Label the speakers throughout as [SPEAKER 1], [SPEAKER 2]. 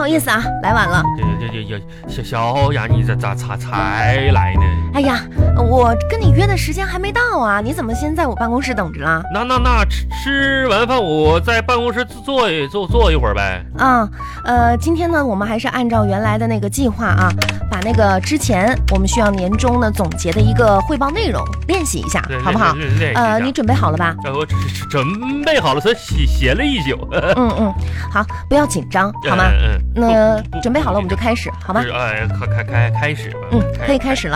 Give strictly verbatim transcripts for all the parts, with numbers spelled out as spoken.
[SPEAKER 1] 好意思啊，来晚了。
[SPEAKER 2] 这这这这小小雅，你咋咋才才来呢？
[SPEAKER 1] 哎呀，我跟你约的时间还没到啊，你怎么先在我办公室等着了？
[SPEAKER 2] 那那那吃吃完饭我在办公室坐一坐坐一会儿呗。
[SPEAKER 1] 啊，呃，今天呢，我们还是按照原来的那个计划啊，把那个之前我们需要年终呢总结的一个汇报内容练习一下，好不好？呃，你准备好了吧？
[SPEAKER 2] 呃，我准备好了，才写写了一宿。
[SPEAKER 1] 嗯嗯，好，不要紧张，好吗？
[SPEAKER 2] 嗯嗯。
[SPEAKER 1] 那准备好了，我们就开始，好吗？
[SPEAKER 2] 哎，开开开开始吧。
[SPEAKER 1] 嗯，可以开始了。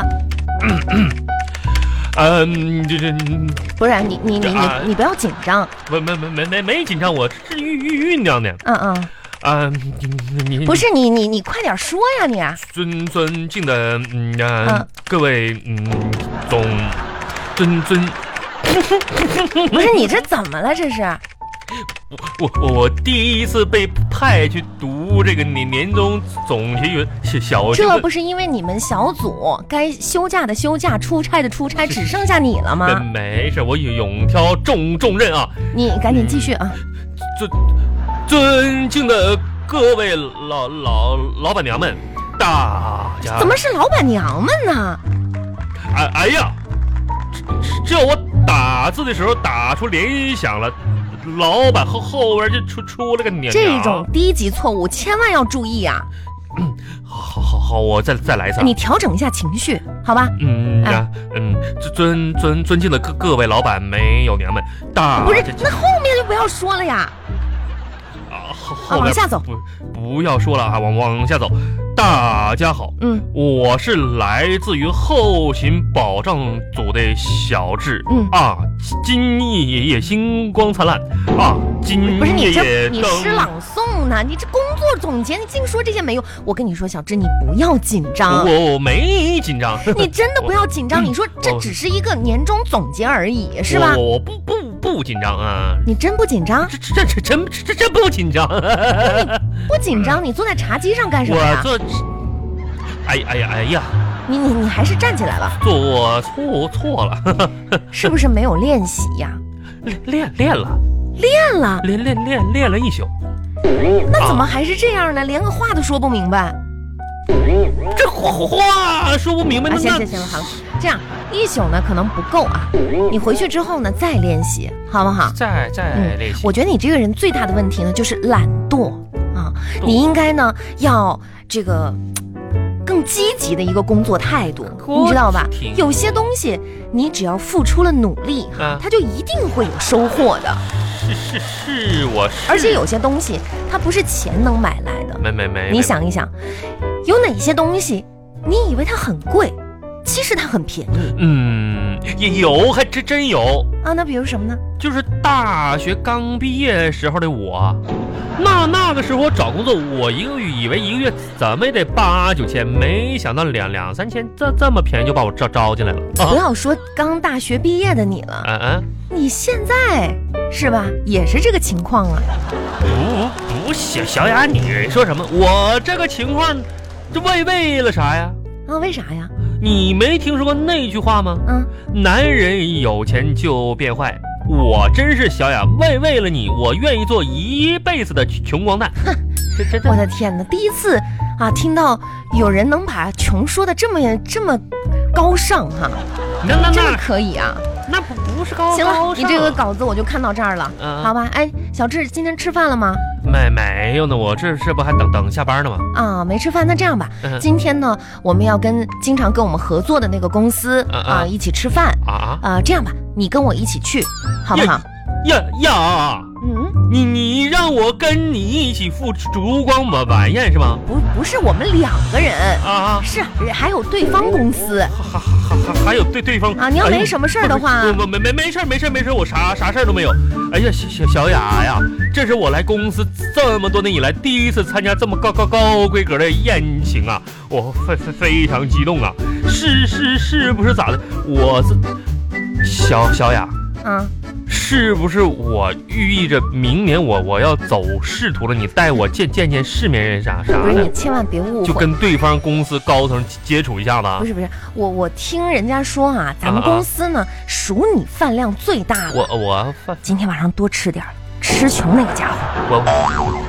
[SPEAKER 2] 嗯，这这
[SPEAKER 1] 不是你你你你你不要紧张。
[SPEAKER 2] 没没没没没没紧张，我是酝酝酿的。
[SPEAKER 1] 嗯嗯。
[SPEAKER 2] 啊，你
[SPEAKER 1] 不是你你你快点说呀你！
[SPEAKER 2] 尊尊敬的嗯啊、嗯、各位嗯总尊尊，
[SPEAKER 1] 不是你这怎么了这是？
[SPEAKER 2] 我我我第一次被派去读这个年年终总结员小，
[SPEAKER 1] 这不是因为你们小组该休假的休假，出差的出差，只剩下你了吗？
[SPEAKER 2] 没事，我勇挑重重任啊！
[SPEAKER 1] 你赶紧继续啊！
[SPEAKER 2] 尊尊敬的各位老老老板娘们，大家
[SPEAKER 1] 怎么是老板娘们呢？
[SPEAKER 2] 哎哎呀，只要我打字的时候打出联想了。老板后后边就出出了个娘，
[SPEAKER 1] 这种低级错误千万要注意啊！
[SPEAKER 2] 嗯，好好好，我再再来一次。
[SPEAKER 1] 你调整一下情绪，好吧？
[SPEAKER 2] 嗯呀，嗯，尊尊尊敬的各各位老板没有娘们，大
[SPEAKER 1] 不是，那后面就不要说了呀。
[SPEAKER 2] 啊，
[SPEAKER 1] 啊，往下走，
[SPEAKER 2] 不不要说了啊，往往下走。大家好，
[SPEAKER 1] 嗯，
[SPEAKER 2] 我是来自于后勤保障组的小智，
[SPEAKER 1] 嗯
[SPEAKER 2] 啊，今夜夜星光灿烂啊，今
[SPEAKER 1] 不是你
[SPEAKER 2] 这
[SPEAKER 1] 你诗朗诵呢？你这工作总结，你净说这些没用。我跟你说，小智，你不要紧张，
[SPEAKER 2] 我我没紧张，
[SPEAKER 1] 你真的不要紧张。你说这只是一个年终总结而已，是吧？
[SPEAKER 2] 我不不不紧张啊，
[SPEAKER 1] 你真不紧张？
[SPEAKER 2] 这这这真这真不紧张，
[SPEAKER 1] 不紧张？你坐在茶几上干什么呀？
[SPEAKER 2] 我坐。哎呀哎呀哎呀！
[SPEAKER 1] 你你你还是站起来了。
[SPEAKER 2] 做错错了，
[SPEAKER 1] 是不是没有练习呀？
[SPEAKER 2] 练练练了，
[SPEAKER 1] 练了，
[SPEAKER 2] 练练练练了一宿。
[SPEAKER 1] 那怎么还是这样呢？连个话都说不明白。
[SPEAKER 2] 这话说不明白。
[SPEAKER 1] 啊，行行行了，好了，这样一宿呢可能不够啊，你回去之后呢再练习，好不好？
[SPEAKER 2] 再再练习。
[SPEAKER 1] 嗯，我觉得你这个人最大的问题呢就是懒惰啊，你应该呢要这个。更积极的一个工作态度，你知道吧？有些东西你只要付出了努力，
[SPEAKER 2] 啊，
[SPEAKER 1] 它就一定会有收获的。
[SPEAKER 2] 是是是，我是。
[SPEAKER 1] 而且有些东西它不是钱能买来的。
[SPEAKER 2] 没没没。
[SPEAKER 1] 你想一想，有哪些东西你以为它很贵，其实它很便宜？
[SPEAKER 2] 嗯，也有，还真真有
[SPEAKER 1] 啊。那比如什么呢？
[SPEAKER 2] 就是大学刚毕业时候的我。那那个时候我找工作，我一个月以为一个月怎么也得八九千，没想到两两三千，这这么便宜就把我招招进来了。
[SPEAKER 1] 啊，不要说刚大学毕业的你了，
[SPEAKER 2] 嗯嗯，
[SPEAKER 1] 你现在是吧，也是这个情况啊？
[SPEAKER 2] 不不，小小雅，你说什么？我这个情况，这为为了啥呀？
[SPEAKER 1] 啊，为啥呀？
[SPEAKER 2] 你没听说过那句话吗？
[SPEAKER 1] 嗯，
[SPEAKER 2] 男人有钱就变坏。我真是小雅，为为了你，我愿意做一辈子的穷光蛋。
[SPEAKER 1] 哼，这这，我的天哪！第一次啊，听到有人能把穷说的这么这么高尚哈，
[SPEAKER 2] 那那
[SPEAKER 1] 那可以啊。
[SPEAKER 2] 那不不是高。
[SPEAKER 1] 行了，你这个稿子我就看到这儿了，嗯、好吧？哎，小智，今天吃饭了吗？
[SPEAKER 2] 没没有呢，我这这不还等等下班呢吗？
[SPEAKER 1] 啊，没吃饭。那这样吧，
[SPEAKER 2] 嗯、
[SPEAKER 1] 今天呢，我们要跟经常跟我们合作的那个公司、嗯、啊一起吃饭
[SPEAKER 2] 啊
[SPEAKER 1] 啊。这样吧，你跟我一起去，好不好？
[SPEAKER 2] 呀呀，
[SPEAKER 1] 嗯，
[SPEAKER 2] 你你让我跟你一起赴烛光晚晚宴是吗？
[SPEAKER 1] 不不是，我们两个人
[SPEAKER 2] 啊，
[SPEAKER 1] 是还有对方公司，
[SPEAKER 2] 还还还还有对对方
[SPEAKER 1] 啊。你要没什么事儿的话，
[SPEAKER 2] 哎、没没没事没事没事，我啥啥事儿都没有。哎呀，小小小雅呀，这是我来公司这么多年以来第一次参加这么高高高规格的宴请啊，我非非非常激动啊！是是是不是咋的？我这小小雅，
[SPEAKER 1] 嗯。
[SPEAKER 2] 是不是我寓意着明年我我要走仕途了？你带我见见见世面人啥啥的？
[SPEAKER 1] 不是，你千万别误会，
[SPEAKER 2] 就跟对方公司高层接触一下子。
[SPEAKER 1] 不是不是，我我听人家说啊，咱们公司呢数你饭量最大的。
[SPEAKER 2] 我我饭
[SPEAKER 1] 今天晚上多吃点，吃穷那个家伙。
[SPEAKER 2] 我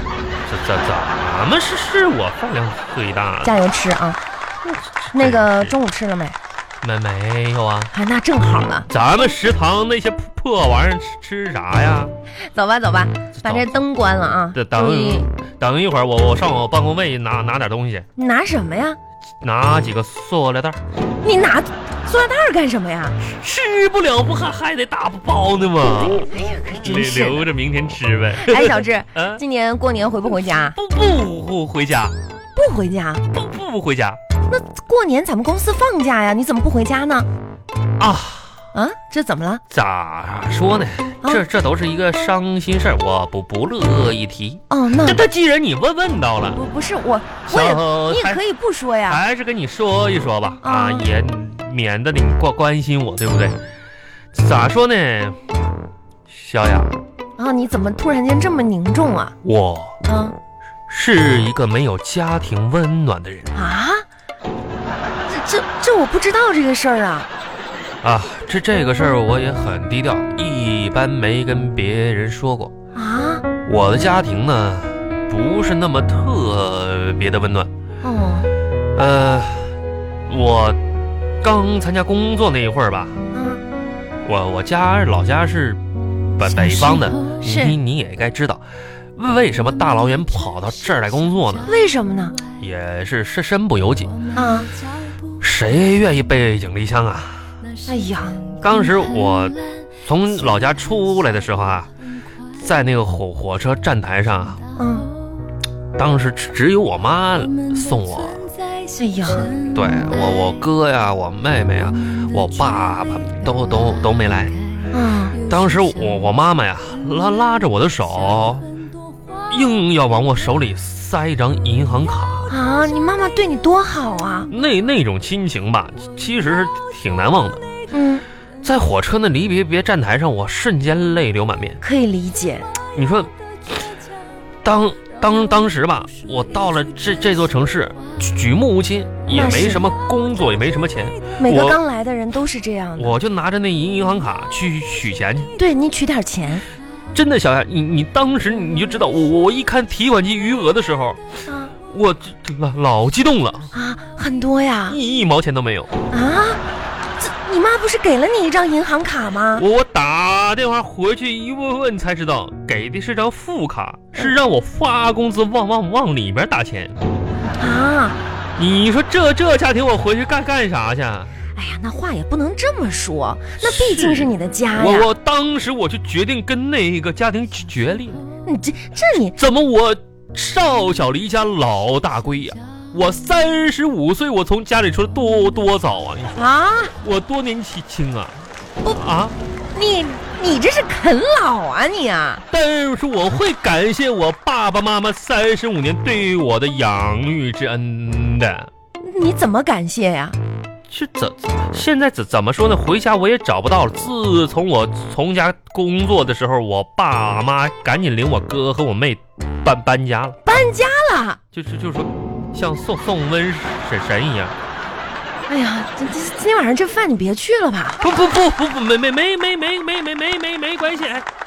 [SPEAKER 2] 怎怎怎么是是我饭量最大？
[SPEAKER 1] 加油吃啊！那个中午吃了没？
[SPEAKER 2] 没没有啊？
[SPEAKER 1] 啊，那正好了。
[SPEAKER 2] 咱们食堂那些破玩意儿吃吃啥呀？
[SPEAKER 1] 走吧走吧，把这灯关了啊！
[SPEAKER 2] 等等一会儿，我我上我办公位拿拿点东西。
[SPEAKER 1] 你拿什么呀？
[SPEAKER 2] 拿几个塑料袋。
[SPEAKER 1] 你拿塑料袋干什么呀？
[SPEAKER 2] 吃不了不还还得打包呢吗？
[SPEAKER 1] 哎呀，可真是
[SPEAKER 2] 留着明天吃呗。
[SPEAKER 1] 哎，小志，
[SPEAKER 2] 啊、
[SPEAKER 1] 今年过年回不回家？
[SPEAKER 2] 不不不回家，
[SPEAKER 1] 不回家，
[SPEAKER 2] 不不不回家。
[SPEAKER 1] 那过年咱们公司放假呀，你怎么不回家呢？
[SPEAKER 2] 啊
[SPEAKER 1] 啊，这怎么了？
[SPEAKER 2] 咋说呢？啊、这这都是一个伤心事儿，我不不乐意提。
[SPEAKER 1] 哦，那
[SPEAKER 2] 这既然你问问到了，
[SPEAKER 1] 不不是我，我也你也可以不说呀，
[SPEAKER 2] 还是跟你说一说吧。啊，
[SPEAKER 1] 啊
[SPEAKER 2] 也免得你关关心我，对不对？咋说呢，小雅
[SPEAKER 1] 啊，你怎么突然间这么凝重啊？
[SPEAKER 2] 我
[SPEAKER 1] 啊，
[SPEAKER 2] 是一个没有家庭温暖的人
[SPEAKER 1] 啊。这这这我不知道这个事儿啊。
[SPEAKER 2] 啊，这这个事儿我也很低调，一般没跟别人说过
[SPEAKER 1] 啊。
[SPEAKER 2] 我的家庭呢，不是那么特别的温暖。
[SPEAKER 1] 哦。
[SPEAKER 2] 呃，我刚参加工作那一会儿吧，
[SPEAKER 1] 嗯，
[SPEAKER 2] 我我家老家是北北方的，你你也该知道，为什么大老远跑到这儿来工作呢？
[SPEAKER 1] 为什么呢？
[SPEAKER 2] 也是身身不由己
[SPEAKER 1] 啊。
[SPEAKER 2] 谁愿意背井离乡啊？
[SPEAKER 1] 哎呀，
[SPEAKER 2] 当时我从老家出来的时候啊，在那个火火车站台上，
[SPEAKER 1] 嗯，
[SPEAKER 2] 当时只有我妈送我。
[SPEAKER 1] 哎呀，
[SPEAKER 2] 对我我哥呀，我妹妹呀，我爸爸都都都没来。
[SPEAKER 1] 嗯，
[SPEAKER 2] 当时我我妈妈呀拉拉着我的手，硬要往我手里塞一张银行卡
[SPEAKER 1] 啊！你妈妈对你多好啊！
[SPEAKER 2] 那那种亲情吧，其实是挺难忘的。
[SPEAKER 1] 嗯，
[SPEAKER 2] 在火车那离别别站台上，我瞬间泪流满面。
[SPEAKER 1] 可以理解。
[SPEAKER 2] 你说，当当当时吧，我到了这这座城市，举目无亲，也没什么工作，也没什么钱。
[SPEAKER 1] 每个刚来的人都是这样的。
[SPEAKER 2] 我就拿着那银银行卡去取钱去。
[SPEAKER 1] 对，你取点钱。
[SPEAKER 2] 真的，小雅，你你当时你就知道，我我一看提款机余额的时候，啊，我老老激动了
[SPEAKER 1] 啊，很多呀，
[SPEAKER 2] 一一毛钱都没有
[SPEAKER 1] 啊。这你妈不是给了你一张银行卡吗？
[SPEAKER 2] 我打电话回去一问问才知道，给的是张副卡，是让我发工资往往往里面打钱
[SPEAKER 1] 啊。
[SPEAKER 2] 你说这这家庭我回去干干啥去？
[SPEAKER 1] 哎呀，那话也不能这么说，那毕竟是你的家呀。
[SPEAKER 2] 我我当时我就决定跟那个家庭决裂。
[SPEAKER 1] 你这这你
[SPEAKER 2] 怎么我少小离家老大归呀？我三十五岁，我从家里出来多多早啊！你说
[SPEAKER 1] 啊，
[SPEAKER 2] 我多年轻啊！
[SPEAKER 1] 不
[SPEAKER 2] 啊，
[SPEAKER 1] 你你这是啃老啊你啊！
[SPEAKER 2] 但是我会感谢我爸爸妈妈三十五年对我的养育之恩的。
[SPEAKER 1] 你怎么感谢呀？
[SPEAKER 2] 是怎现在怎怎么说呢？回家我也找不到了。自从我从家工作的时候，我爸妈赶紧领我哥和我妹搬搬家了。
[SPEAKER 1] 搬家了？
[SPEAKER 2] 就是就是说，像送送瘟神神一样。
[SPEAKER 1] 哎呀，这这今天晚上这饭你别去了吧？
[SPEAKER 2] 不不不不不，没没没没没没没没没没关系。哎